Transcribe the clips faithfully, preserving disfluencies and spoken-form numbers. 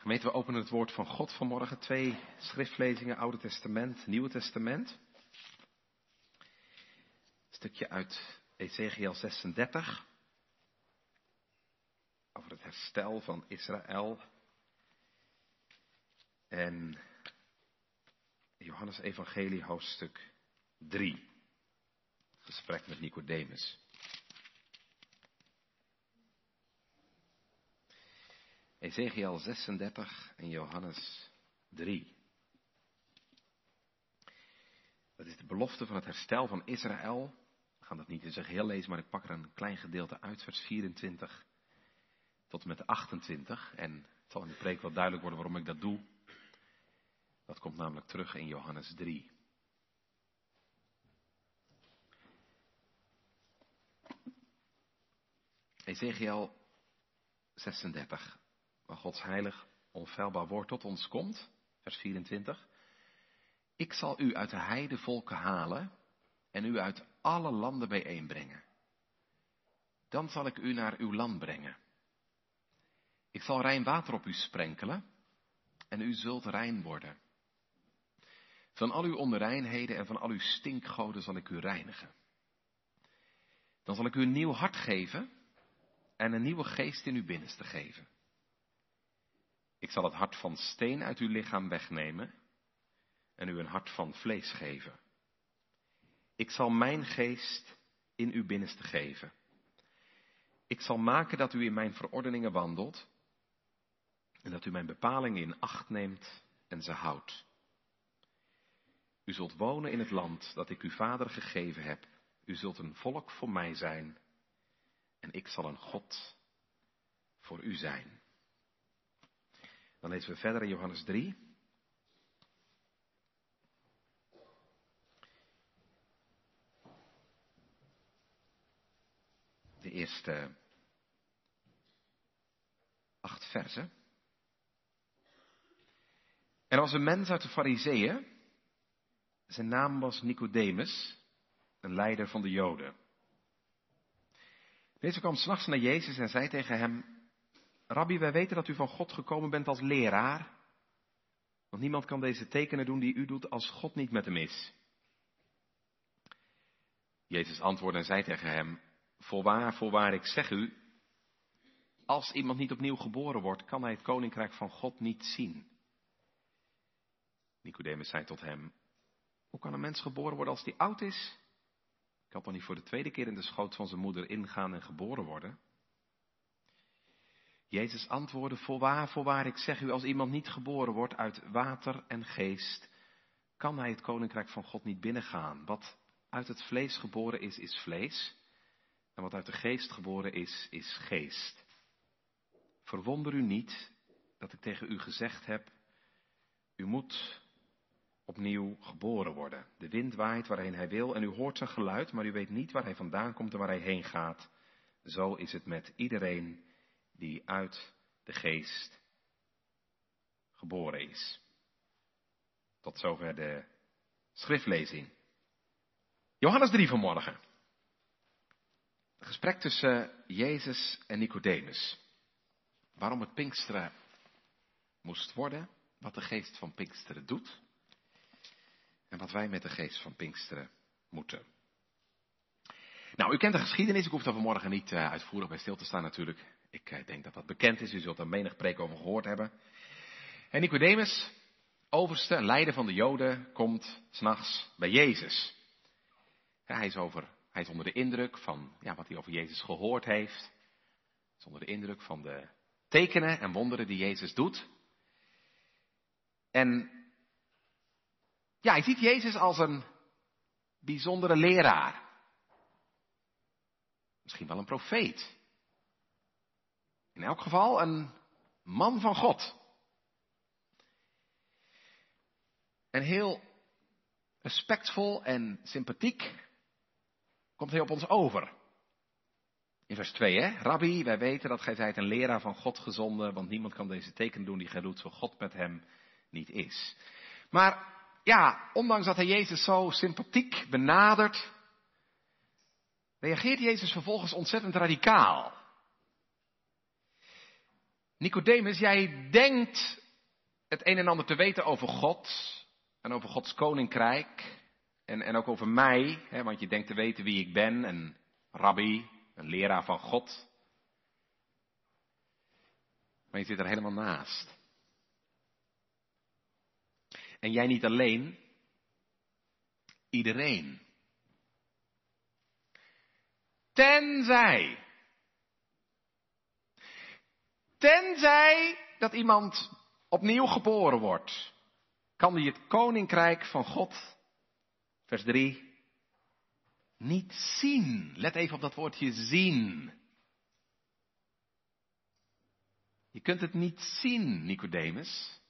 Gemeente, we openen het woord van God vanmorgen. Twee schriftlezingen, Oude Testament, Nieuwe Testament. Een stukje uit Ezechiël zesendertig. Over het herstel van Israël. En Johannes Evangelie hoofdstuk drie. Gesprek met Nicodemus. Ezechiël zesendertig en Johannes drie. Dat is de belofte van het herstel van Israël. We gaan dat niet in zijn geheel lezen, maar ik pak er een klein gedeelte uit, vers vierentwintig tot en met achtentwintig. En het zal in de preek wel duidelijk worden waarom ik dat doe. Dat komt namelijk terug in Johannes drie. Ezechiël zesendertig. Waar Gods heilig, onfeilbaar woord tot ons komt, vers vierentwintig. Ik zal u uit de heidevolken halen en u uit alle landen bijeenbrengen. Dan zal ik u naar uw land brengen. Ik zal rein water op u sprenkelen en u zult rein worden. Van al uw onreinheden en van al uw stinkgoden zal ik u reinigen. Dan zal ik u een nieuw hart geven en een nieuwe geest in uw binnenste geven. Ik zal het hart van steen uit uw lichaam wegnemen en u een hart van vlees geven. Ik zal mijn geest in uw binnenste geven. Ik zal maken dat u in mijn verordeningen wandelt en dat u mijn bepalingen in acht neemt en ze houdt. U zult wonen in het land dat ik uw vader gegeven heb. U zult een volk voor mij zijn en ik zal een God voor u zijn. Dan lezen we verder in Johannes drie. De eerste acht versen. Er was een mens uit de Farizeeën. Zijn naam was Nicodemus, een leider van de Joden. Deze kwam 's nachts naar Jezus en zei tegen hem: Rabbi, wij weten dat u van God gekomen bent als leraar. Want niemand kan deze tekenen doen die u doet als God niet met hem is. Jezus antwoordde en zei tegen hem: Voorwaar, voorwaar, ik zeg u, als iemand niet opnieuw geboren wordt, kan hij het koninkrijk van God niet zien. Nicodemus zei tot hem: Hoe kan een mens geboren worden als hij oud is? Kan toch niet voor de tweede keer in de schoot van zijn moeder ingaan en geboren worden? Jezus antwoordde: Voorwaar, voorwaar, ik zeg u, als iemand niet geboren wordt uit water en geest, kan hij het koninkrijk van God niet binnengaan. Wat uit het vlees geboren is, is vlees. En wat uit de geest geboren is, is geest. Verwonder u niet dat ik tegen u gezegd heb: U moet opnieuw geboren worden. De wind waait waarheen hij wil en u hoort zijn geluid, maar u weet niet waar hij vandaan komt en waar hij heen gaat. Zo is het met iedereen die uit de geest geboren is. Tot zover de schriftlezing. Johannes drie vanmorgen. Een gesprek tussen Jezus en Nicodemus. Waarom het Pinksteren moest worden, wat de geest van Pinksteren doet en wat wij met de geest van Pinksteren moeten. Nou, u kent de geschiedenis, ik hoef daar vanmorgen niet uh, uitvoerig bij stil te staan natuurlijk. Ik uh, denk dat dat bekend is, u zult er menig preek over gehoord hebben. En Nicodemus, overste, leider van de Joden, komt 's nachts bij Jezus. Ja, hij, is over, hij is onder de indruk van ja, wat hij over Jezus gehoord heeft. Hij is onder de indruk van de tekenen en wonderen die Jezus doet. En ja, hij ziet Jezus als een bijzondere leraar. Misschien wel een profeet. In elk geval een man van God. En heel respectvol en sympathiek komt hij op ons over. In vers twee, hè. Rabbi, wij weten dat gij zijt een leraar van God gezonden, want niemand kan deze tekenen doen die gij doet, zo God met hem niet is. Maar ja, ondanks dat hij Jezus zo sympathiek benadert, reageert Jezus vervolgens ontzettend radicaal. Nicodemus, jij denkt het een en ander te weten over God en over Gods koninkrijk en, en ook over mij, hè, want je denkt te weten wie ik ben, een rabbi, een leraar van God. Maar je zit er helemaal naast. En jij niet alleen, iedereen. Tenzij, tenzij dat iemand opnieuw geboren wordt, kan die het koninkrijk van God, vers drie, niet zien. Let even op dat woordje zien. Je kunt het niet zien, Nicodemus.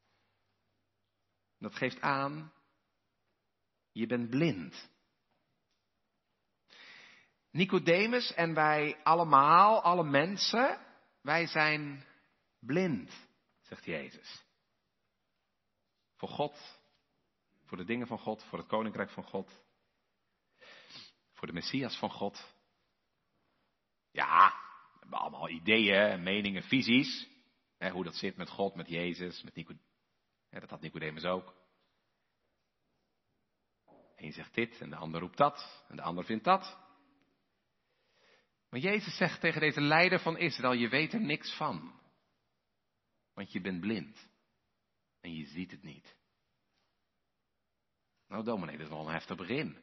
Dat geeft aan, je bent blind. Nicodemus en wij allemaal, alle mensen, wij zijn blind, zegt Jezus. Voor God, voor de dingen van God, voor het koninkrijk van God, voor de Messias van God. Ja, we hebben allemaal ideeën, meningen, visies. Hè, hoe dat zit met God, met Jezus, met Nicodemus. Ja, dat had Nicodemus ook. Eén zegt dit en de ander roept dat en de ander vindt dat. Maar Jezus zegt tegen deze leider van Israël, je weet er niks van. Want je bent blind. En je ziet het niet. Nou dominee, dat is wel een heftig begin.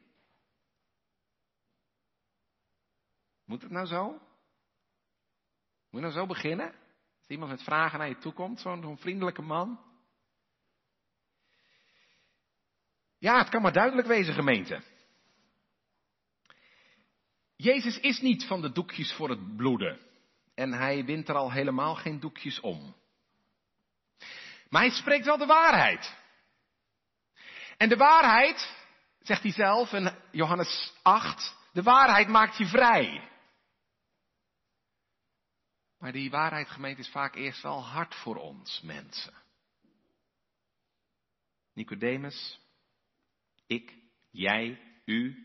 Moet het nou zo? Moet je nou zo beginnen? Als iemand met vragen naar je toe komt, zo'n, zo'n vriendelijke man. Ja, het kan maar duidelijk wezen, gemeente. Jezus is niet van de doekjes voor het bloeden. En hij wint er al helemaal geen doekjes om. Maar hij spreekt wel de waarheid. En de waarheid, zegt hij zelf in Johannes acht, de waarheid maakt je vrij. Maar die waarheid, gemeente, is vaak eerst wel hard voor ons, mensen. Nicodemus, ik, jij, u.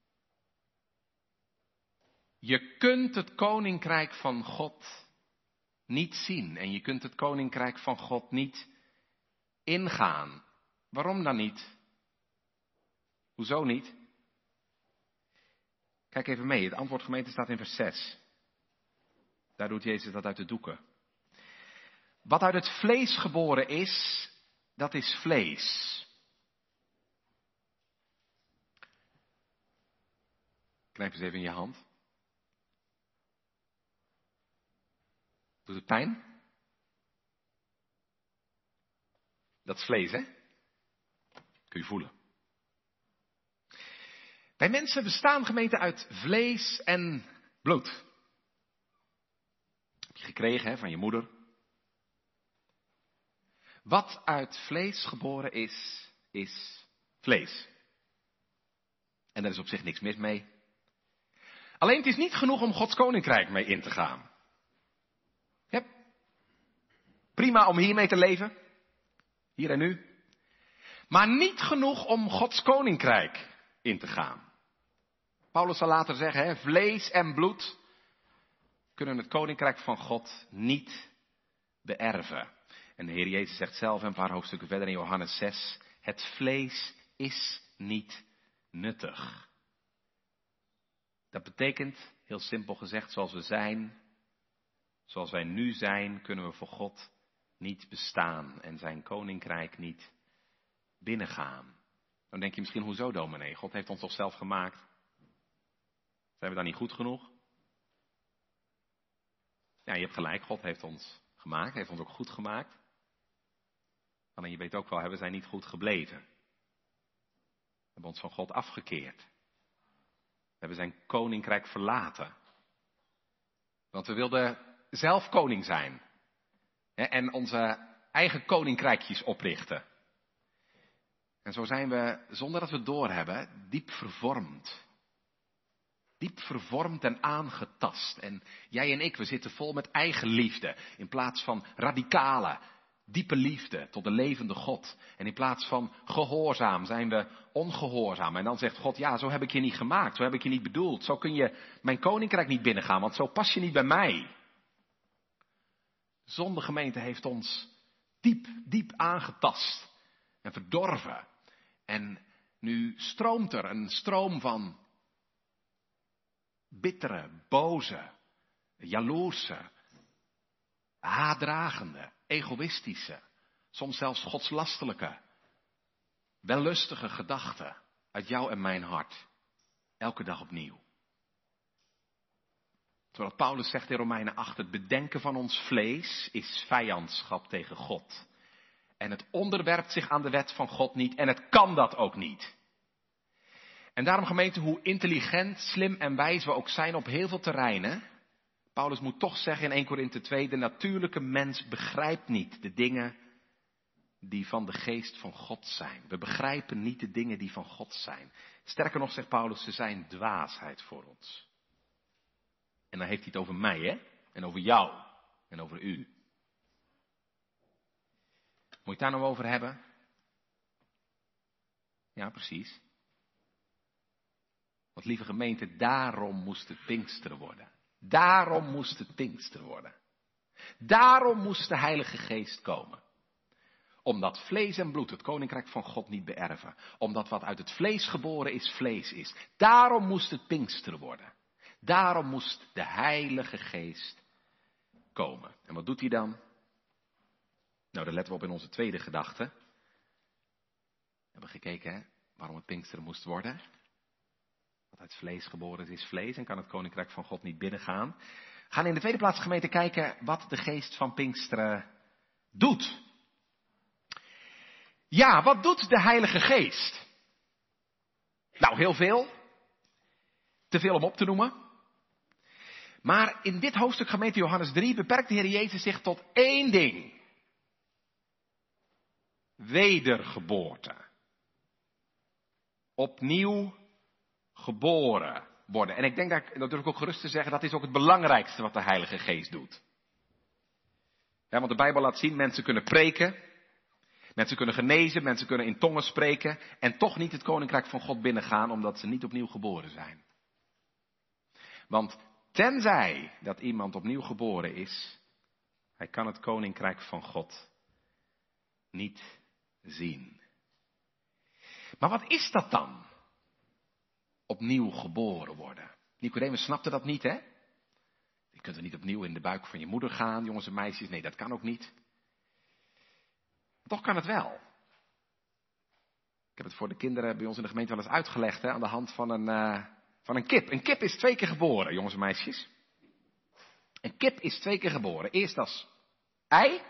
Je kunt het koninkrijk van God niet zien. En je kunt het koninkrijk van God niet ingaan. Waarom dan niet? Hoezo niet? Kijk even mee, het antwoord, gemeente, staat in vers zes. Daar doet Jezus dat uit de doeken. Wat uit het vlees geboren is, dat is vlees. Knijp eens even in je hand. Doet het pijn? Dat is vlees, hè? Kun je voelen. Wij mensen bestaan, gemeente, uit vlees en bloed. Heb je gekregen, hè, van je moeder. Wat uit vlees geboren is, is vlees. En daar is op zich niks mis mee. Alleen het is niet genoeg om Gods koninkrijk mee in te gaan. Ja, prima om hiermee te leven. Hier en nu. Maar niet genoeg om Gods koninkrijk in te gaan. Paulus zal later zeggen, hè, vlees en bloed kunnen het koninkrijk van God niet beërven. En de Heer Jezus zegt zelf een paar hoofdstukken verder in Johannes zes, het vlees is niet nuttig. Dat betekent, heel simpel gezegd, zoals we zijn, zoals wij nu zijn, kunnen we voor God niet bestaan en zijn koninkrijk niet binnengaan. Dan denk je misschien, hoezo dominee? God heeft ons toch zelf gemaakt? Zijn we dan niet goed genoeg? Ja, je hebt gelijk, God heeft ons gemaakt, heeft ons ook goed gemaakt. Alleen je weet ook wel, we zijn niet goed gebleven. We hebben ons van God afgekeerd. We hebben zijn koninkrijk verlaten. Want we wilden zelf koning zijn. En onze eigen koninkrijkjes oprichten. En zo zijn we, zonder dat we het doorhebben, diep vervormd. Diep vervormd en aangetast. En jij en ik, we zitten vol met eigen liefde. In plaats van radicale, diepe liefde tot de levende God. En in plaats van gehoorzaam zijn we ongehoorzaam. En dan zegt God, ja, zo heb ik je niet gemaakt. Zo heb ik je niet bedoeld. Zo kun je mijn koninkrijk niet binnengaan, want zo pas je niet bij mij. Zondegemeente heeft ons diep, diep aangetast en verdorven. En nu stroomt er een stroom van bittere, boze, jaloerse, haatdragende, egoïstische, soms zelfs godslastelijke, wellustige gedachten uit jou en mijn hart. Elke dag opnieuw. Zoals Paulus zegt in Romeinen acht, het bedenken van ons vlees is vijandschap tegen God. En het onderwerpt zich aan de wet van God niet en het kan dat ook niet. En daarom gemeente, hoe intelligent, slim en wijs we ook zijn op heel veel terreinen. Paulus moet toch zeggen in Eerste Korinthe twee, de natuurlijke mens begrijpt niet de dingen die van de geest van God zijn. We begrijpen niet de dingen die van God zijn. Sterker nog, zegt Paulus, ze zijn dwaasheid voor ons. En dan heeft hij het over mij, hè? En over jou. En over u. Moet je het daar nou over hebben? Ja, precies. Want lieve gemeente, daarom moest het Pinksteren worden. Daarom moest het Pinksteren worden. Daarom moest de Heilige Geest komen. Omdat vlees en bloed het koninkrijk van God niet beërven. Omdat wat uit het vlees geboren is, vlees is. Daarom moest het Pinksteren worden. Daarom moest de Heilige Geest komen. En wat doet hij dan? Nou, daar letten we op in onze tweede gedachte. We hebben gekeken, hè, waarom het Pinksteren moest worden. Wat uit vlees geboren is, is vlees en kan het koninkrijk van God niet binnengaan. We gaan in de tweede plaats, gemeente, kijken wat de geest van Pinksteren doet. Ja, wat doet de Heilige Geest? Nou, heel veel. Te veel om op te noemen. Maar in dit hoofdstuk, gemeente Johannes drie, beperkt de Heer Jezus zich tot één ding. Wedergeboorte. Opnieuw geboren worden. En ik denk dat, dat durf ik ook gerust te zeggen, dat is ook het belangrijkste wat de Heilige Geest doet. Ja, want de Bijbel laat zien, mensen kunnen preken, mensen kunnen genezen, mensen kunnen in tongen spreken en toch niet het koninkrijk van God binnengaan omdat ze niet opnieuw geboren zijn. Want tenzij dat iemand opnieuw geboren is, hij kan het koninkrijk van God niet zien. Maar wat is dat dan? Opnieuw geboren worden. Nicodemus snapte dat niet, hè? Je kunt er niet opnieuw in de buik van je moeder gaan, jongens en meisjes. Nee, dat kan ook niet. Toch kan het wel. Ik heb het voor de kinderen bij ons in de gemeente wel eens uitgelegd, hè, aan de hand van een, uh, van een kip. Een kip is twee keer geboren, jongens en meisjes. Een kip is twee keer geboren. Eerst als ei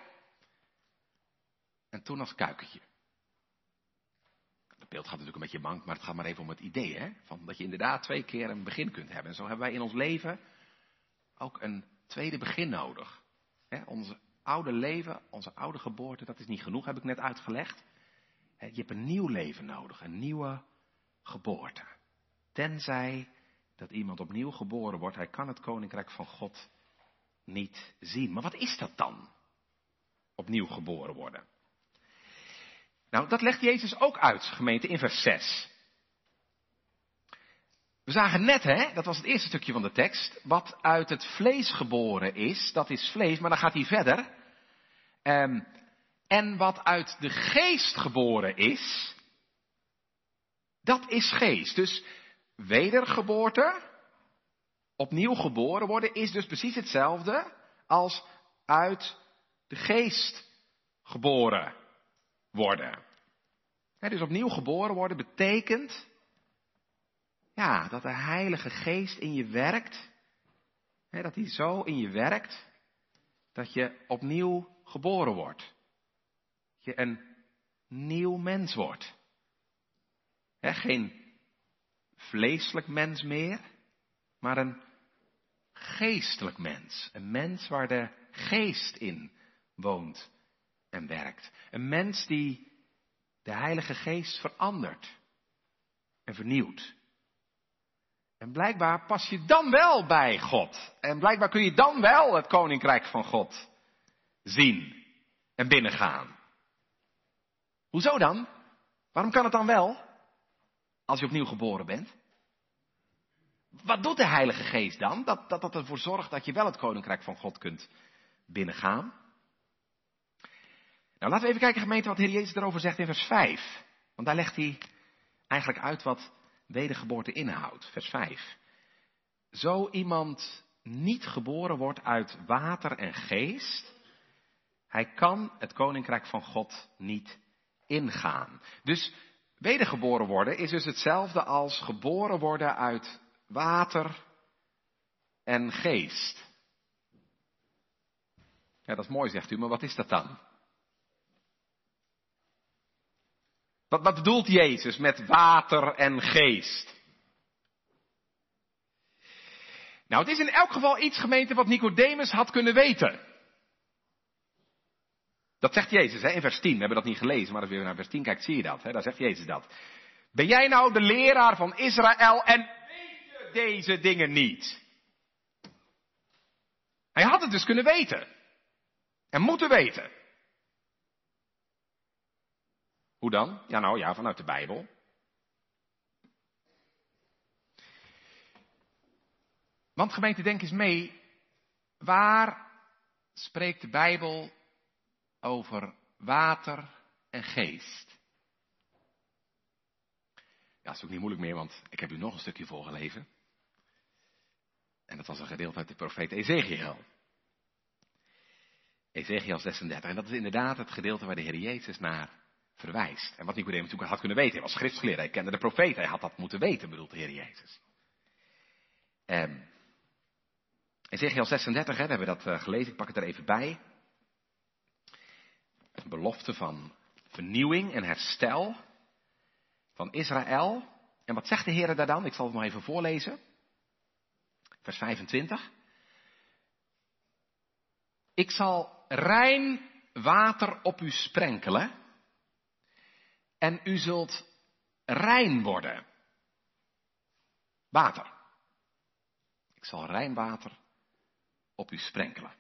en toen als kuikentje. Het beeld gaat natuurlijk een beetje mank, maar het gaat maar even om het idee, hè? Van dat je inderdaad twee keer een begin kunt hebben. En zo hebben wij in ons leven ook een tweede begin nodig. Hè? Onze oude leven, onze oude geboorte, dat is niet genoeg, heb ik net uitgelegd. Je hebt een nieuw leven nodig, een nieuwe geboorte. Tenzij dat iemand opnieuw geboren wordt, hij kan het koninkrijk van God niet zien. Maar wat is dat dan? Opnieuw geboren worden. Nou, dat legt Jezus ook uit, gemeente, in vers zes. We zagen net, hè, dat was het eerste stukje van de tekst, wat uit het vlees geboren is, dat is vlees, maar dan gaat hij verder. Um, en wat uit de geest geboren is, dat is geest. Dus wedergeboorte, opnieuw geboren worden, is dus precies hetzelfde als uit de geest geboren worden. He, dus opnieuw geboren worden betekent, ja, dat de Heilige Geest in je werkt, he, dat hij zo in je werkt, dat je opnieuw geboren wordt. Dat je een nieuw mens wordt. He, geen vleeselijk mens meer, maar een geestelijk mens. Een mens waar de geest in woont en werkt. Een mens die de Heilige Geest verandert en vernieuwt. En blijkbaar pas je dan wel bij God. En blijkbaar kun je dan wel het koninkrijk van God zien en binnengaan. Hoezo dan? Waarom kan het dan wel? Als je opnieuw geboren bent. Wat doet de Heilige Geest dan? Dat, dat dat ervoor zorgt dat je wel het koninkrijk van God kunt binnengaan. Nou, laten we even kijken, gemeente, wat de Heer Jezus erover zegt in vers vijf. Want daar legt hij eigenlijk uit wat wedergeboorte inhoudt. Vers vijf. Zo iemand niet geboren wordt uit water en geest, hij kan het koninkrijk van God niet ingaan. Dus wedergeboren worden is dus hetzelfde als geboren worden uit water en geest. Ja, dat is mooi, zegt u, maar wat is dat dan? Wat, wat bedoelt Jezus met water en geest? Nou, het is in elk geval iets, gemeente, wat Nicodemus had kunnen weten. Dat zegt Jezus, hè, in vers tien. We hebben dat niet gelezen, maar als je naar vers tien kijkt, zie je dat. Hè, daar zegt Jezus dat. Ben jij nou de leraar van Israël en weet je deze dingen niet? Hij had het dus kunnen weten. En moeten weten. Hoe dan? Ja, nou ja, vanuit de Bijbel. Want gemeente, denk eens mee. Waar spreekt de Bijbel over water en geest? Ja, dat is ook niet moeilijk meer, want ik heb u nog een stukje voorgelezen. En dat was een gedeelte uit de profeet Ezechiel. Ezechiel zesendertig. En dat is inderdaad het gedeelte waar de Heer Jezus naar verwijst. En wat Nicodemus natuurlijk had kunnen weten. Hij was schriftgeleerde, hij kende de profeet. Hij had dat moeten weten, bedoelt de Heer Jezus. Um, Ezechiel zesendertig, hè, we hebben dat uh, gelezen. Ik pak het er even bij. Een belofte van vernieuwing en herstel van Israël. En wat zegt de Heer daar dan? Ik zal het nog even voorlezen. Vers vijfentwintig. Ik zal rein water op u sprenkelen en u zult rein worden. Water. Ik zal rein water op u sprenkelen.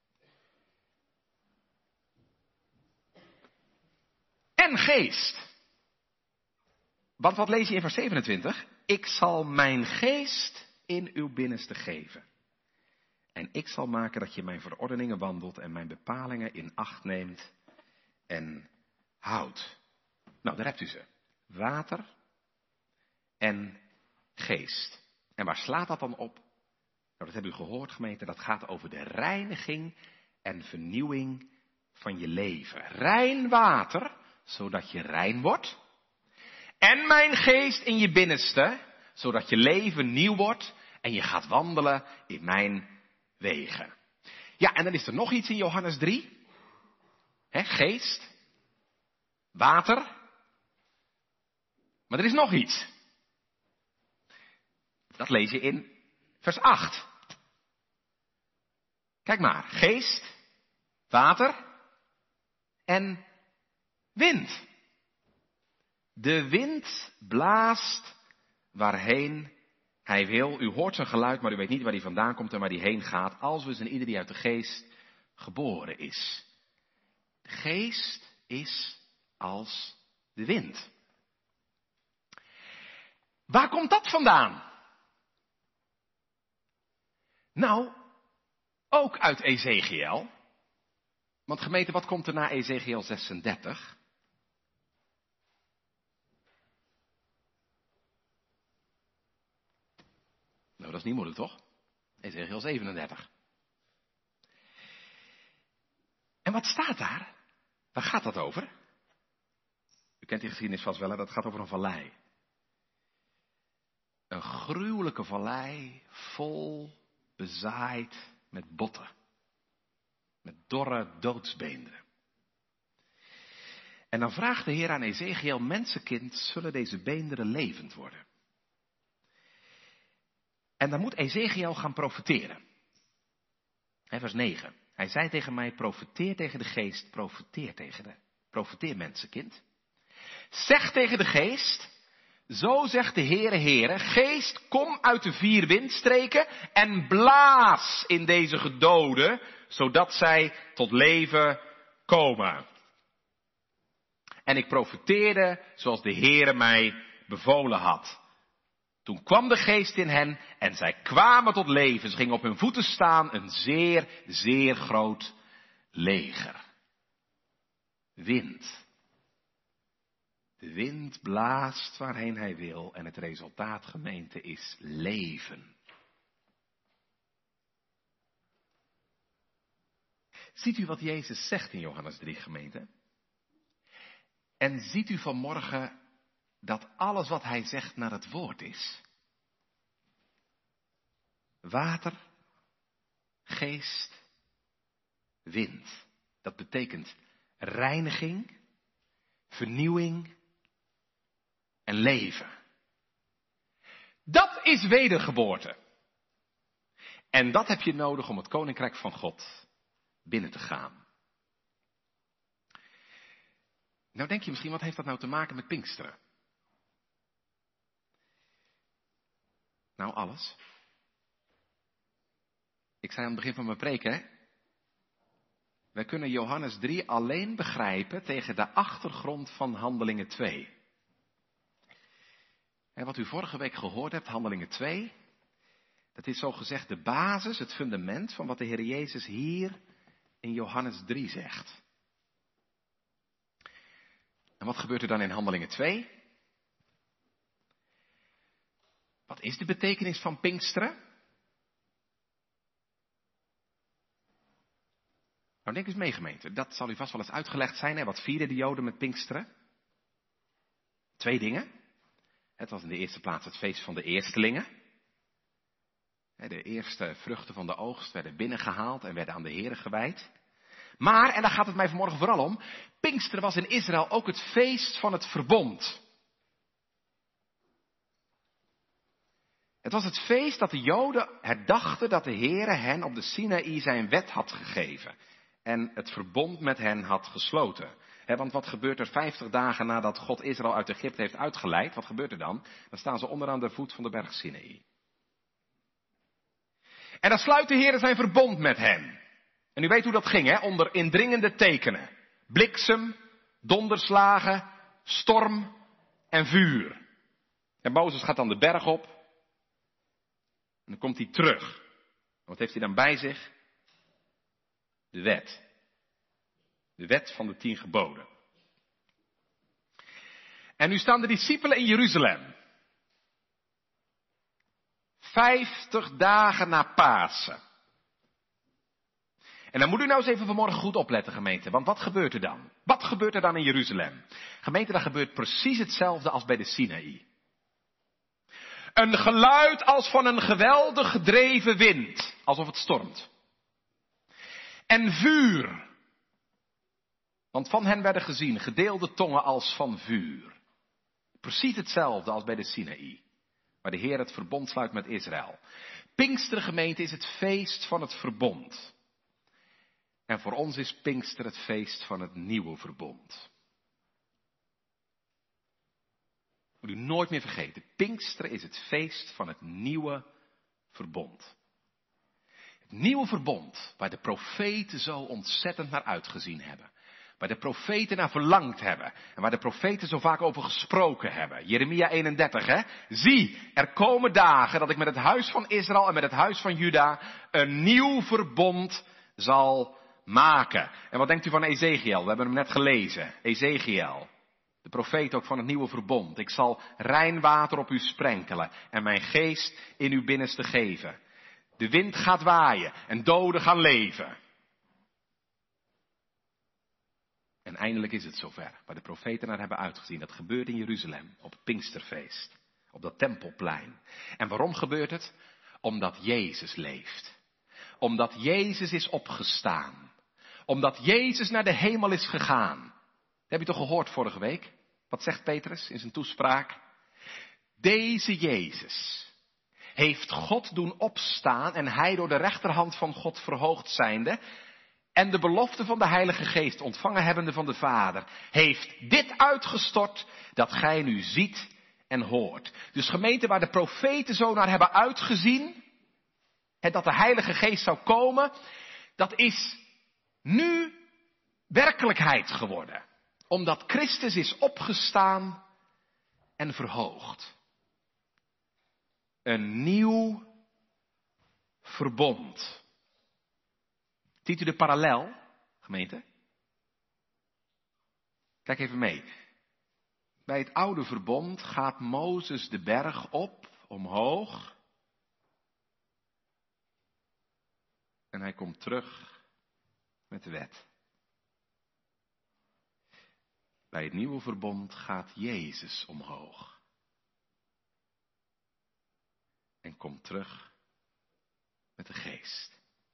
En geest. Want wat lees je in vers zevenentwintig? Ik zal mijn geest in uw binnenste geven. En ik zal maken dat je mijn verordeningen wandelt en mijn bepalingen in acht neemt en houdt. Nou, daar hebt u ze. Water en geest. En waar slaat dat dan op? Nou, dat hebben u gehoord, gemeente. Dat gaat over de reiniging en vernieuwing van je leven. Rein water, zodat je rein wordt. En mijn geest in je binnenste, zodat je leven nieuw wordt en je gaat wandelen in mijn wegen. Ja, en dan is er nog iets in Johannes drie. He, geest. Water. Maar er is nog iets. Dat lees je in vers acht. Kijk maar. Geest. Water. En wind. De wind blaast waarheen hij wil. U hoort zijn geluid, maar u weet niet waar hij vandaan komt en waar hij heen gaat. Als dus een ieder die uit de geest geboren is. De geest is als de wind. Waar komt dat vandaan? Nou, ook uit Ezechiel. Want gemeente, wat komt er na Ezechiel zesendertig? Nou, dat is niet moeilijk, toch? Ezechiel zevenendertig. En wat staat daar? Waar gaat dat over? U kent die geschiedenis vast wel, hè? Dat gaat over een vallei. Een gruwelijke vallei, vol bezaaid met botten. Met dorre doodsbeenderen. En dan vraagt de Heer aan Ezechiel, mensenkind, zullen deze beenderen levend worden? En dan moet Ezechiel gaan profeteren. He, vers negen. Hij zei tegen mij, profeteer tegen de geest, profeteer tegen de, profeteer mensenkind. Zeg tegen de geest, zo zegt de Heere Heere, geest, kom uit de vier windstreken en blaas in deze gedoden, zodat zij tot leven komen. En ik profeteerde zoals de Heere mij bevolen had. Toen kwam de geest in hen en zij kwamen tot leven. Ze gingen op hun voeten staan, een zeer, zeer groot leger. wind. De wind blaast waarheen hij wil en het resultaat, gemeente, is leven. Ziet u wat Jezus zegt in Johannes drie, gemeente? En ziet u vanmorgen dat alles wat hij zegt naar het woord is? Water, geest, wind. Dat betekent reiniging, vernieuwing en leven. Dat is wedergeboorte. En dat heb je nodig om het koninkrijk van God binnen te gaan. Nou denk je misschien, wat heeft dat nou te maken met Pinksteren? Nou, alles. Ik zei aan het begin van mijn preek, hè. Wij kunnen Johannes drie alleen begrijpen tegen de achtergrond van Handelingen twee. En wat u vorige week gehoord hebt, Handelingen twee, dat is zogezegd de basis, het fundament van wat de Heer Jezus hier in Johannes drie zegt. En wat gebeurt er dan in Handelingen twee? Wat is de betekenis van Pinksteren? Nou, denk eens mee, gemeente. Dat zal u vast wel eens uitgelegd zijn. Hè? Wat vierden de Joden met Pinksteren? Twee dingen. Het was in de eerste plaats het feest van de eerstelingen. De eerste vruchten van de oogst werden binnengehaald en werden aan de Here gewijd. Maar, en daar gaat het mij vanmorgen vooral om, Pinksteren was in Israël ook het feest van het verbond. Het was het feest dat de Joden herdachten dat de Heere hen op de Sinaï zijn wet had gegeven. En het verbond met hen had gesloten. He, want wat gebeurt er vijftig dagen nadat God Israël uit Egypte heeft uitgeleid? Wat gebeurt er dan? Dan staan ze onderaan de voet van de berg Sinaï. En dan sluit de Heere zijn verbond met hen. En u weet hoe dat ging, hè? Onder indringende tekenen. Bliksem, donderslagen, storm en vuur. En Mozes gaat dan de berg op. En dan komt hij terug. En wat heeft hij dan bij zich? De wet. De wet van de tien geboden. En nu staan de discipelen in Jeruzalem. Vijftig dagen na Pasen. En dan moet u nou eens even vanmorgen goed opletten, gemeente. Want wat gebeurt er dan? Wat gebeurt er dan in Jeruzalem? Gemeente, dat gebeurt precies hetzelfde als bij de Sinaï. Een geluid als van een geweldig gedreven wind. Alsof het stormt. En vuur. Want van hen werden gezien gedeelde tongen als van vuur. Precies hetzelfde als bij de Sinaï. Waar de Heer het verbond sluit met Israël. Pinksteren, gemeente, is het feest van het verbond. En voor ons is Pinkster het feest van het nieuwe verbond. Moet u nooit meer vergeten. Pinksteren is het feest van het nieuwe verbond. Het nieuwe verbond waar de profeten zo ontzettend naar uitgezien hebben. Waar de profeten naar verlangd hebben. En waar de profeten zo vaak over gesproken hebben. Jeremia eenendertig, hè. Zie, er komen dagen dat ik met het huis van Israël en met het huis van Juda een nieuw verbond zal maken. En wat denkt u van Ezekiel? We hebben hem net gelezen. Ezekiel. De profeet ook van het nieuwe verbond. Ik zal rein water op u sprenkelen en mijn geest in uw binnenste geven. De wind gaat waaien en doden gaan leven. En eindelijk is het zover, waar de profeten naar hebben uitgezien. Dat gebeurt in Jeruzalem, op het Pinksterfeest, op dat tempelplein. En waarom gebeurt het? Omdat Jezus leeft. Omdat Jezus is opgestaan. Omdat Jezus naar de hemel is gegaan. Dat heb je toch gehoord vorige week? Wat zegt Petrus in zijn toespraak? Deze Jezus heeft God doen opstaan en hij door de rechterhand van God verhoogd zijnde en de belofte van de Heilige Geest ontvangen hebbende van de Vader, heeft dit uitgestort dat gij nu ziet en hoort. Dus gemeente, waar de profeten zo naar hebben uitgezien, het dat de Heilige Geest zou komen, dat is nu werkelijkheid geworden. Omdat Christus is opgestaan en verhoogd. Een nieuw verbond. Ziet u de parallel, gemeente? Kijk even mee. Bij het oude verbond gaat Mozes de berg op, omhoog. En hij komt terug met de wet. Bij het nieuwe verbond gaat Jezus omhoog. En komt terug met de geest.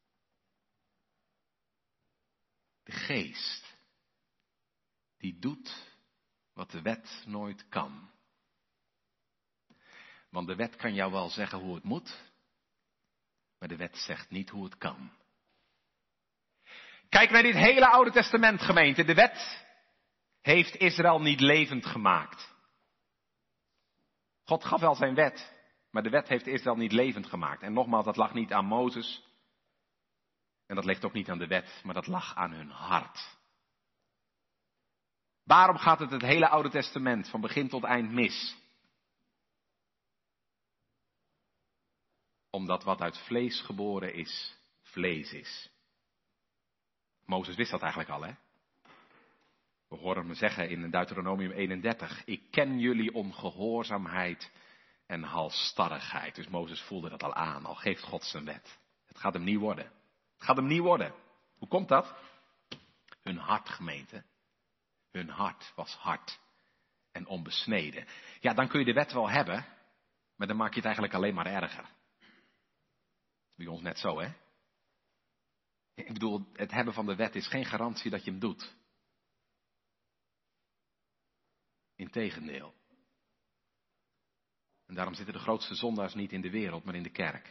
De geest, die doet wat de wet nooit kan. Want de wet kan jou wel zeggen hoe het moet, maar de wet zegt niet hoe het kan. Kijk naar dit hele Oude Testament, gemeente. De wet heeft Israël niet levend gemaakt. God gaf wel zijn wet, maar de wet heeft Israël niet levend gemaakt. En nogmaals, dat lag niet aan Mozes. En dat ligt ook niet aan de wet, maar dat lag aan hun hart. Waarom gaat het het hele Oude Testament van begin tot eind mis? Omdat wat uit vlees geboren is, vlees is. Mozes wist dat eigenlijk al, hè? We horen hem zeggen in Deuteronomium eenendertig. Ik ken jullie om gehoorzaamheid en halsstarrigheid. Dus Mozes voelde dat al aan, al geeft God zijn wet. Het gaat hem niet worden. Het gaat hem niet worden. Hoe komt dat? Hun hart, gemeente. Hun hart was hard en onbesneden. Ja, dan kun je de wet wel hebben, maar dan maak je het eigenlijk alleen maar erger. Bij ons net zo, hè? Ik bedoel, het hebben van de wet is geen garantie dat je hem doet. Integendeel. En daarom zitten de grootste zondaars niet in de wereld, maar in de kerk.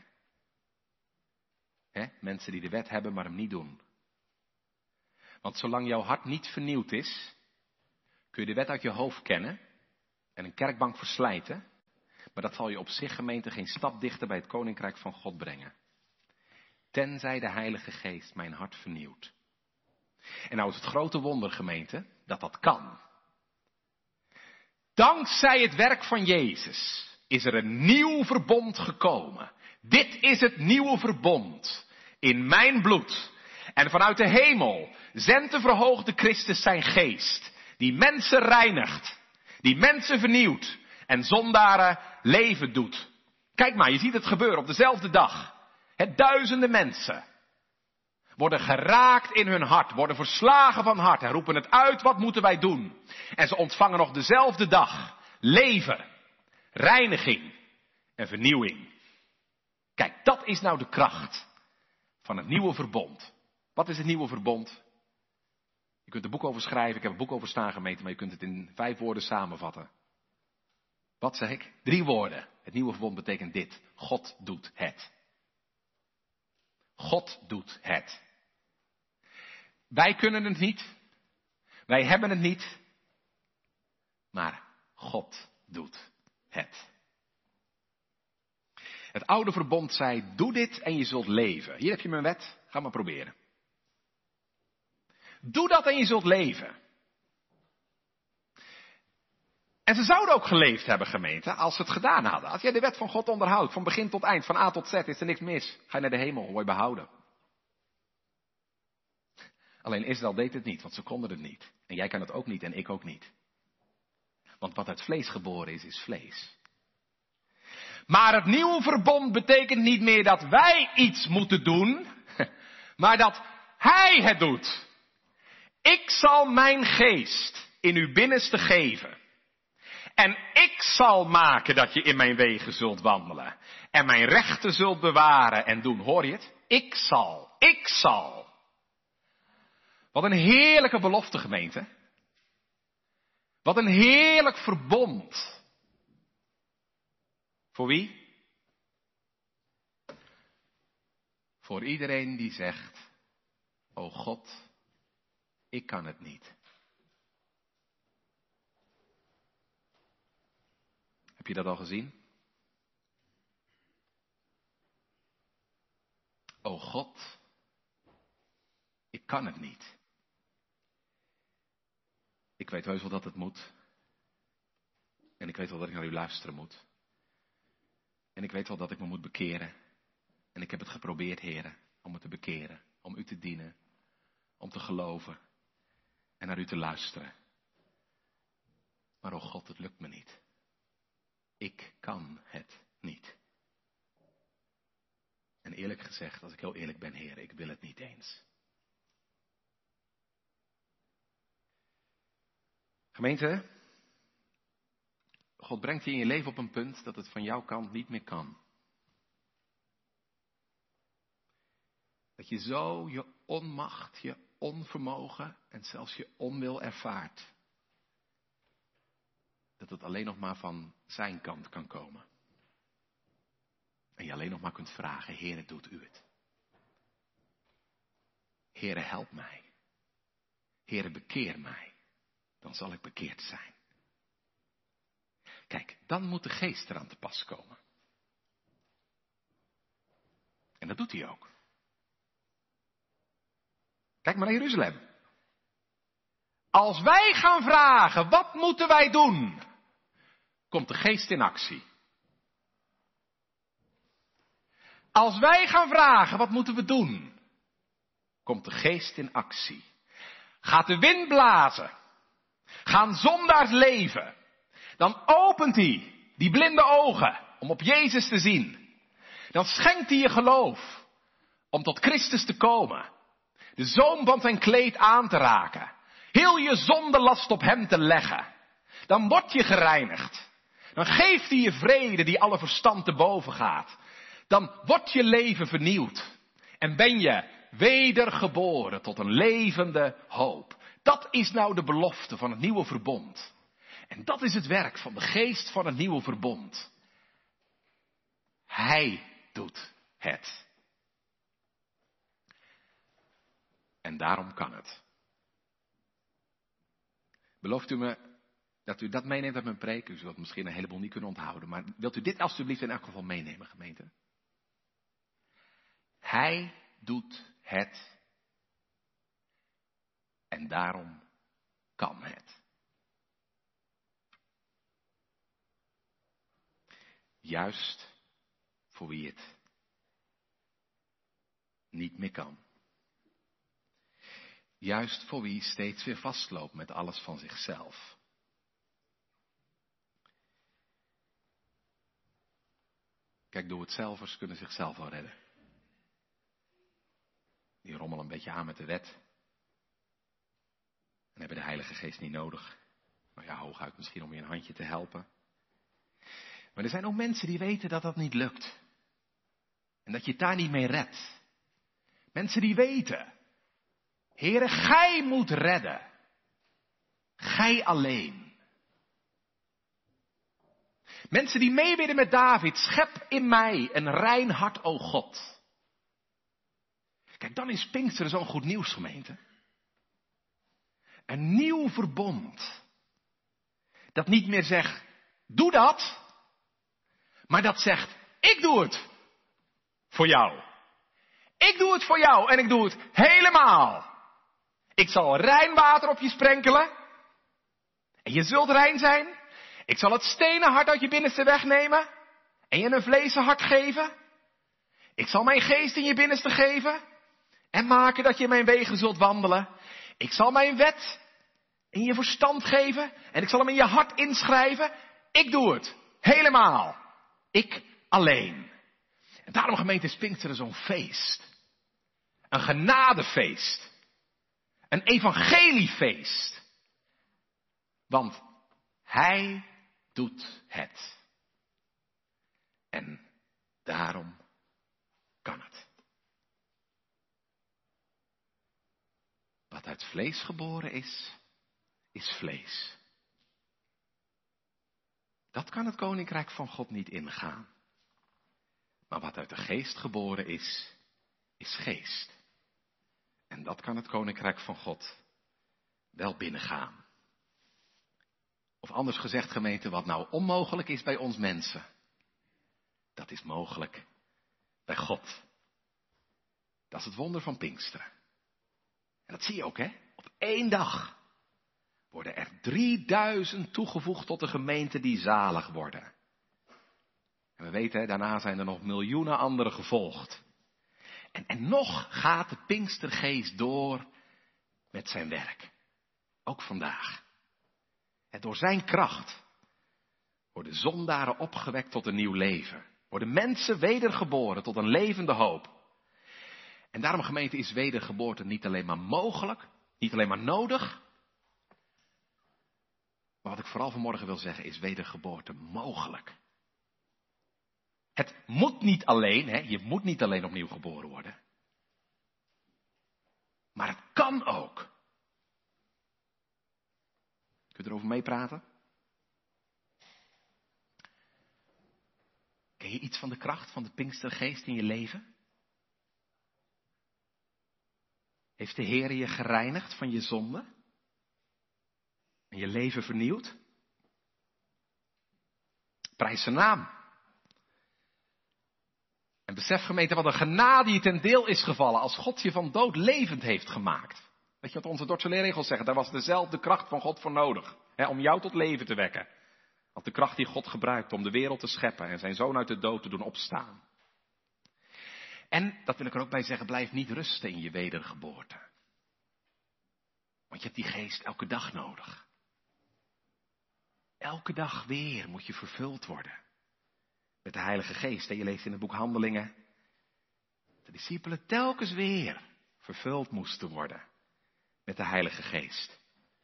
Hè? Mensen die de wet hebben, maar hem niet doen. Want zolang jouw hart niet vernieuwd is, kun je de wet uit je hoofd kennen en een kerkbank verslijten, maar dat zal je op zich, gemeente, geen stap dichter bij het koninkrijk van God brengen. Tenzij de Heilige Geest mijn hart vernieuwt. En nou is het grote wonder, gemeente, dat dat kan. Dankzij het werk van Jezus is er een nieuw verbond gekomen. Dit is het nieuwe verbond in mijn bloed. En vanuit de hemel zendt de verhoogde Christus zijn geest, die mensen reinigt, die mensen vernieuwt en zondaren leven doet. Kijk maar, je ziet het gebeuren op dezelfde dag. Het duizenden mensen worden geraakt in hun hart, worden verslagen van hart en roepen het uit, wat moeten wij doen? En ze ontvangen nog dezelfde dag leven, reiniging en vernieuwing. Kijk, dat is nou de kracht van het nieuwe verbond. Wat is het nieuwe verbond? Je kunt er boek over schrijven, ik heb een boek over staan, gemeente, maar je kunt het in vijf woorden samenvatten. Wat zeg ik? Drie woorden. Het nieuwe verbond betekent dit: God doet het. God doet het. Wij kunnen het niet. Wij hebben het niet. Maar God doet het. Het oude verbond zei, doe dit en je zult leven. Hier heb je mijn wet, ga maar proberen. Doe dat en je zult leven. En ze zouden ook geleefd hebben, gemeente, als ze het gedaan hadden. Als jij de wet van God onderhoudt, van begin tot eind, van A tot Z, is er niks mis. Ga je naar de hemel, word je behouden. Alleen Israël deed het niet, want ze konden het niet. En jij kan het ook niet en ik ook niet. Want wat uit vlees geboren is, is vlees. Maar het nieuwe verbond betekent niet meer dat wij iets moeten doen, maar dat Hij het doet. Ik zal mijn geest in uw binnenste geven. En ik zal maken dat je in mijn wegen zult wandelen. En mijn rechten zult bewaren en doen. Hoor je het? Ik zal. Ik zal. Wat een heerlijke belofte, gemeente. Wat een heerlijk verbond. Voor wie? Voor iedereen die zegt, o God, ik kan het niet. Heb je dat al gezien? O God, ik kan het niet. Ik weet heus wel dat het moet. En ik weet wel dat ik naar u luisteren moet. En ik weet wel dat ik me moet bekeren. En ik heb het geprobeerd, heren, om me te bekeren. Om u te dienen. Om te geloven. En naar u te luisteren. maar oh God, het lukt me niet. Ik kan het niet. En eerlijk gezegd, als ik heel eerlijk ben, Heer, ik wil het niet eens. Gemeente, God brengt je in je leven op een punt dat het van jouw kant niet meer kan. Dat je zo je onmacht, je onvermogen en zelfs je onwil ervaart. Dat het alleen nog maar van zijn kant kan komen. En je alleen nog maar kunt vragen, Heere, doet u het? Heere, help mij. Heere, bekeer mij. Dan zal ik bekeerd zijn. Kijk, dan moet de geest eraan te pas komen. En dat doet hij ook. Kijk maar naar Jeruzalem. Als wij gaan vragen, wat moeten wij doen? Komt de geest in actie. Als wij gaan vragen, wat moeten we doen? Komt de geest in actie. Gaat de wind blazen. Gaan zondaars leven. Dan opent hij die blinde ogen om op Jezus te zien. Dan schenkt hij je geloof om tot Christus te komen. De zoom van zijn kleed aan te raken. Heel je zondelast op hem te leggen. Dan word je gereinigd. Dan geeft hij je vrede die alle verstand te boven gaat. Dan wordt je leven vernieuwd. En ben je wedergeboren tot een levende hoop. Dat is nou de belofte van het nieuwe verbond. En dat is het werk van de geest van het nieuwe verbond. Hij doet het. En daarom kan het. Belooft u me dat u dat meeneemt uit mijn preek? U zult misschien een heleboel niet kunnen onthouden. Maar wilt u dit alstublieft in elk geval meenemen, gemeente? Hij doet het. En daarom kan het. Juist voor wie het niet meer kan. Juist voor wie steeds weer vastloopt met alles van zichzelf. Kijk, doe-het-zelvers kunnen zichzelf wel redden. Die rommelen een beetje aan met de wet. En hebben de Heilige Geest niet nodig. Nou ja, hooguit misschien om je een handje te helpen. Maar er zijn ook mensen die weten dat dat niet lukt. En dat je het daar niet mee redt. Mensen die weten. Heere, gij moet redden. Gij alleen. Mensen die meebidden met David. Schep in mij een rein hart, o God. Kijk, dan is Pinksteren zo'n goed nieuws, gemeente. Een nieuw verbond. Dat niet meer zegt, doe dat. Maar dat zegt, ik doe het. Voor jou. Ik doe het voor jou en ik doe het helemaal. Ik zal rein water op je sprenkelen. En je zult rein zijn. Ik zal het stenen hart uit je binnenste wegnemen. En je een vleesen hart geven. Ik zal mijn geest in je binnenste geven. En maken dat je in mijn wegen zult wandelen. Ik zal mijn wet in je verstand geven. En ik zal hem in je hart inschrijven. Ik doe het. Helemaal. Ik alleen. En daarom, gemeente, is Pinksteren zo'n feest. Een genadefeest. Een evangeliefeest. Want hij doet het. En daarom kan het. Wat uit vlees geboren is, is vlees. Dat kan het koninkrijk van God niet ingaan. Maar wat uit de geest geboren is, is geest. En dat kan het koninkrijk van God wel binnengaan. Of anders gezegd, gemeente, wat nou onmogelijk is bij ons mensen, dat is mogelijk bij God. Dat is het wonder van Pinksteren. En dat zie je ook, hè? Op één dag worden er drieduizend toegevoegd tot de gemeente die zalig worden. En we weten, hè, daarna zijn er nog miljoenen anderen gevolgd. En, en nog gaat de Pinkstergeest door met zijn werk. Ook vandaag. Door zijn kracht worden zondaren opgewekt tot een nieuw leven. Worden mensen wedergeboren tot een levende hoop. En daarom, gemeente, is wedergeboorte niet alleen maar mogelijk, niet alleen maar nodig. Maar wat ik vooral vanmorgen wil zeggen is wedergeboorte mogelijk. Het moet niet alleen, hè, je moet niet alleen opnieuw geboren worden. Maar het kan ook. Kun je erover meepraten? Ken je iets van de kracht van de Pinkstergeest in je leven? Heeft de Heer je gereinigd van je zonde? En je leven vernieuwd? Prijs zijn naam. En besef, gemeente, wat een genade je ten deel is gevallen als God je van dood levend heeft gemaakt. Weet je wat onze Dordtse leerregels zeggen? Daar was dezelfde kracht van God voor nodig. Hè, om jou tot leven te wekken. Want de kracht die God gebruikt om de wereld te scheppen en zijn zoon uit de dood te doen opstaan. En, dat wil ik er ook bij zeggen, blijf niet rusten in je wedergeboorte. Want je hebt die geest elke dag nodig. Elke dag weer moet je vervuld worden. Met de Heilige Geest. En je leest in het boek Handelingen. De discipelen telkens weer vervuld moesten worden. Met de Heilige Geest.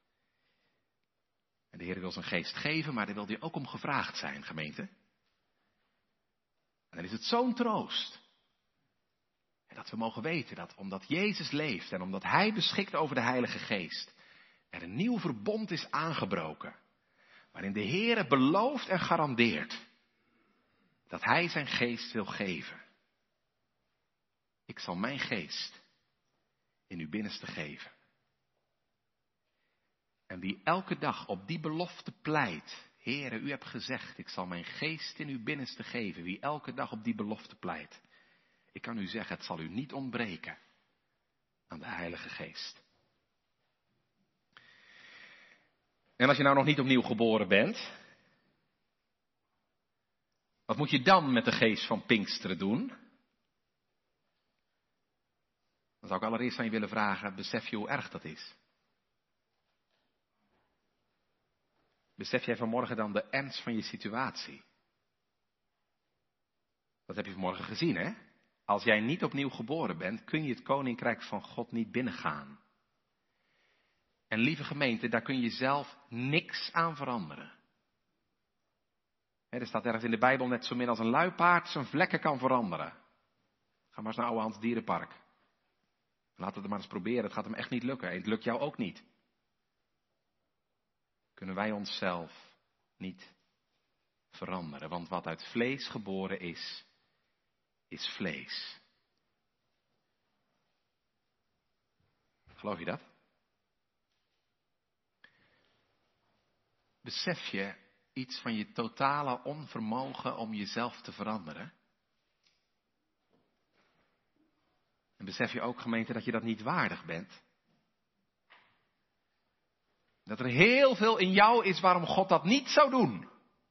En de Heer wil zijn geest geven, maar daar wil hij ook om gevraagd zijn, gemeente. En dan is het zo'n troost. En dat we mogen weten dat omdat Jezus leeft en omdat Hij beschikt over de Heilige Geest, er een nieuw verbond is aangebroken. Waarin de Heer belooft en garandeert dat Hij zijn geest wil geven. Ik zal mijn geest in uw binnenste geven. En wie elke dag op die belofte pleit, Heere, u hebt gezegd, ik zal mijn geest in uw binnenste geven. Wie elke dag op die belofte pleit, ik kan u zeggen, het zal u niet ontbreken aan de Heilige Geest. En als je nou nog niet opnieuw geboren bent, wat moet je dan met de geest van Pinksteren doen? Dan zou ik allereerst aan je willen vragen, besef je hoe erg dat is? Besef jij vanmorgen dan de ernst van je situatie? Dat heb je vanmorgen gezien, hè? Als jij niet opnieuw geboren bent, kun je het koninkrijk van God niet binnengaan. En lieve gemeente, daar kun je zelf niks aan veranderen. He, er staat ergens in de Bijbel net zo min als een luipaard zijn vlekken kan veranderen. Ga maar eens naar Oude Hans Dierenpark. Laten we het maar eens proberen, het gaat hem echt niet lukken. En het lukt jou ook niet. Kunnen wij onszelf niet veranderen. Want wat uit vlees geboren is, is vlees. Geloof je dat? Besef je iets van je totale onvermogen om jezelf te veranderen? En besef je ook, gemeente, dat je dat niet waardig bent? Dat er heel veel in jou is waarom God dat niet zou doen.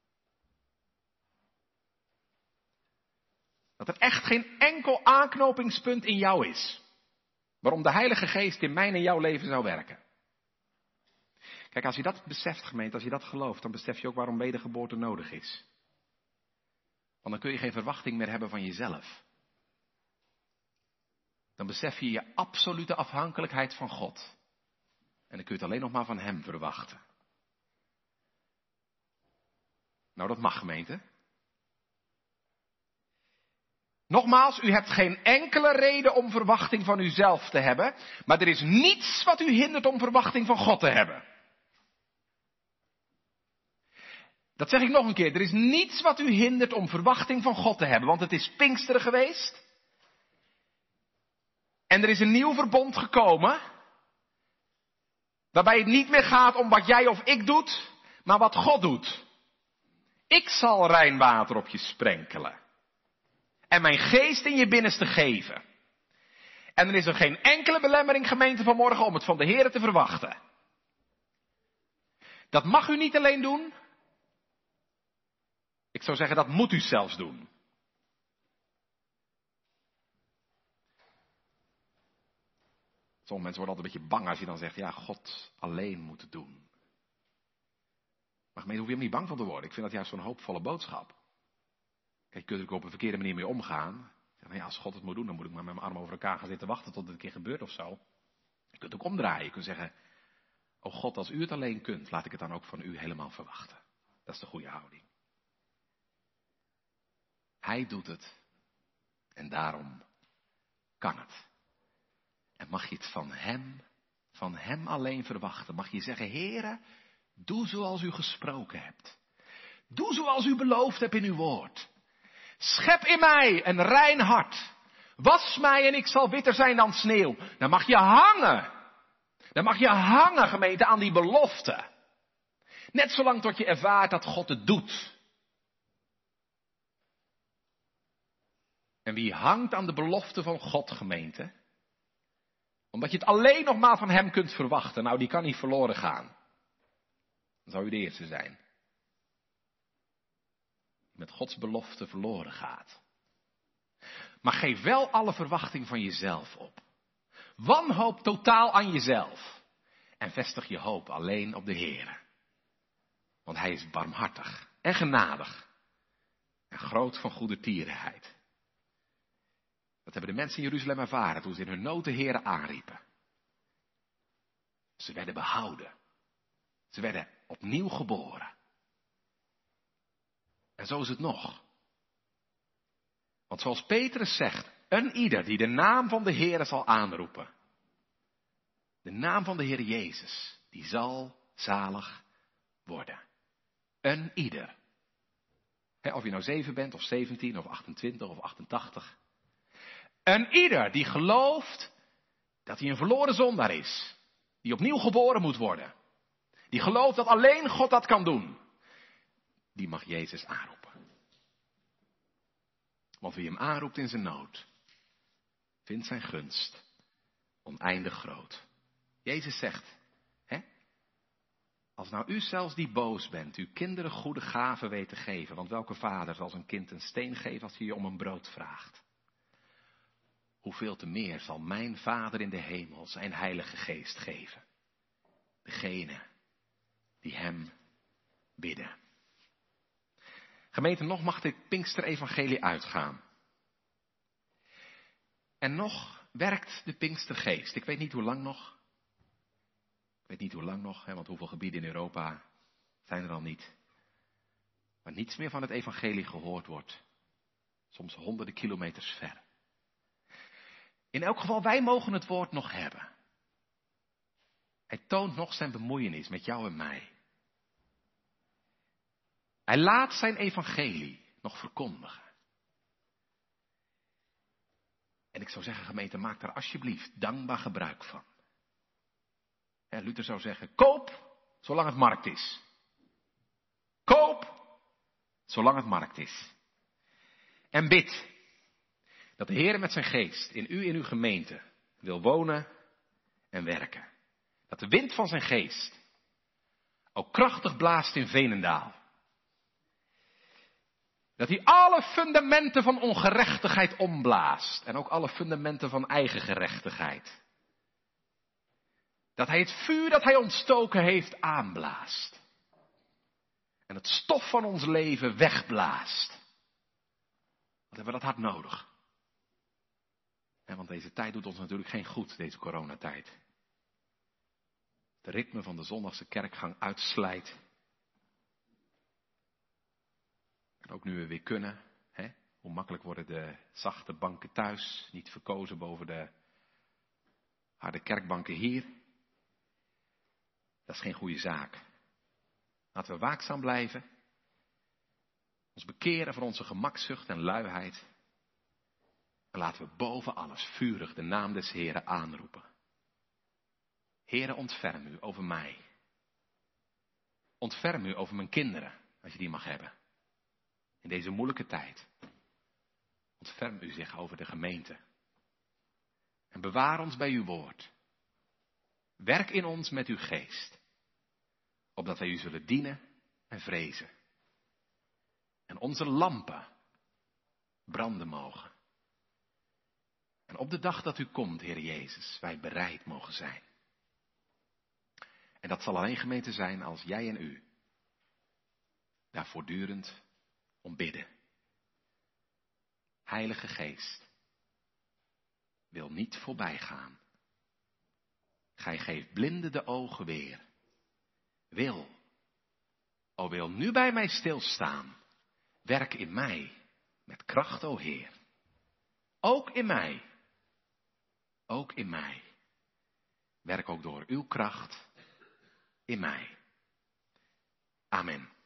Dat er echt geen enkel aanknopingspunt in jou is. Waarom de Heilige Geest in mijn en jouw leven zou werken. Kijk, als je dat beseft, gemeente, als je dat gelooft, dan besef je ook waarom wedergeboorte nodig is. Want dan kun je geen verwachting meer hebben van jezelf. Dan besef je je absolute afhankelijkheid van God. En dan kun je het alleen nog maar van Hem verwachten. Nou, dat mag, gemeente. Nogmaals, u hebt geen enkele reden om verwachting van uzelf te hebben. Maar er is niets wat u hindert om verwachting van God te hebben. Dat zeg ik nog een keer. Er is niets wat u hindert om verwachting van God te hebben. Want het is Pinksteren geweest. En er is een nieuw verbond gekomen. Waarbij het niet meer gaat om wat jij of ik doet. Maar wat God doet. Ik zal rein water op je sprenkelen. En mijn geest in je binnenste geven. En er is er geen enkele belemmering, gemeente, vanmorgen om het van de Heer te verwachten. Dat mag u niet alleen doen. Ik zou zeggen, dat moet u zelfs doen. Sommige mensen worden altijd een beetje bang als je dan zegt, ja, God alleen moet het doen. Maar gemeente, hoef je er niet bang van te worden. Ik vind dat juist zo'n hoopvolle boodschap. Kijk, je kunt er op een verkeerde manier mee omgaan. Nou ja, als God het moet doen, dan moet ik maar met mijn armen over elkaar gaan zitten wachten tot het een keer gebeurt of zo. Je kunt ook omdraaien. Je kunt zeggen, oh God, als u het alleen kunt, laat ik het dan ook van u helemaal verwachten. Dat is de goede houding. Hij doet het. En daarom kan het. En mag je het van hem, van hem alleen verwachten. Mag je zeggen, Heere, doe zoals u gesproken hebt. Doe zoals u beloofd hebt in uw woord. Schep in mij een rein hart. Was mij en ik zal witter zijn dan sneeuw. Dan mag je hangen. Dan mag je hangen, gemeente, aan die belofte. Net zolang tot je ervaart dat God het doet. En wie hangt aan de belofte van God, gemeente, omdat je het alleen nog maar van hem kunt verwachten, nou die kan niet verloren gaan. Dan zou u de eerste zijn. Die met Gods belofte verloren gaat. Maar geef wel alle verwachting van jezelf op. Wanhoop totaal aan jezelf. En vestig je hoop alleen op de Heer. Want hij is barmhartig en genadig. En groot van goede tierenheid. Dat hebben de mensen in Jeruzalem ervaren toen ze in hun nood de Heer aanriepen. Ze werden behouden. Ze werden opnieuw geboren. En zo is het nog. Want zoals Petrus zegt, een ieder die de naam van de Heer zal aanroepen. De naam van de Heer Jezus, die zal zalig worden. Een ieder. He, of je nou zeven bent, of zeventien, of achtentwintig, of achtentachtig. Een ieder die gelooft dat hij een verloren zondaar is. Die opnieuw geboren moet worden. Die gelooft dat alleen God dat kan doen. Die mag Jezus aanroepen. Want wie hem aanroept in zijn nood, vindt zijn gunst oneindig groot. Jezus zegt, hè, als nou u zelfs die boos bent, uw kinderen goede gaven weet te geven. Want welke vader zal zijn kind een steen geven als hij je om een brood vraagt? Hoeveel te meer zal mijn Vader in de hemel zijn Heilige Geest geven. Degene die hem bidden. Gemeente, nog mag dit Pinksterevangelie uitgaan. En nog werkt de Pinkstergeest. Ik weet niet hoe lang nog. Ik weet niet hoe lang nog, hè, want hoeveel gebieden in Europa zijn er al niet. Waar niets meer van het evangelie gehoord wordt. Soms honderden kilometers ver. In elk geval, wij mogen het woord nog hebben. Hij toont nog zijn bemoeienis met jou en mij. Hij laat zijn evangelie nog verkondigen. En ik zou zeggen, gemeente, maak daar alsjeblieft dankbaar gebruik van. En Luther zou zeggen, koop zolang het markt is. Koop zolang het markt is. En bid dat de Heer met zijn geest in u, in uw gemeente, wil wonen en werken. Dat de wind van zijn geest ook krachtig blaast in Veenendaal. Dat hij alle fundamenten van ongerechtigheid omblaast. En ook alle fundamenten van eigen gerechtigheid. Dat hij het vuur dat hij ontstoken heeft aanblaast. En het stof van ons leven wegblaast. Wat hebben we dat hard nodig? En want deze tijd doet ons natuurlijk geen goed, deze coronatijd. De ritme van de zondagse kerkgang uitslijt. En ook nu we weer kunnen, hè? Hoe makkelijk worden de zachte banken thuis niet verkozen boven de harde kerkbanken hier. Dat is geen goede zaak. Laten we waakzaam blijven. Ons bekeren van onze gemakzucht en luiheid. En laten we boven alles vurig de naam des Heren aanroepen. Heere, ontferm u over mij. Ontferm u over mijn kinderen, als je die mag hebben. In deze moeilijke tijd. Ontferm u zich over de gemeente. En bewaar ons bij uw woord. Werk in ons met uw geest. Opdat wij u zullen dienen en vrezen. En onze lampen branden mogen. En op de dag dat u komt, Heer Jezus, wij bereid mogen zijn. En dat zal alleen gemeente zijn als jij en u daar voortdurend om bidden. Heilige Geest wil niet voorbij gaan. Gij geeft blinden de ogen weer. Wil, o wil nu bij mij stilstaan. Werk in mij met kracht, o Heer. Ook in mij. Ook in mij. Werk ook door uw kracht in mij. Amen.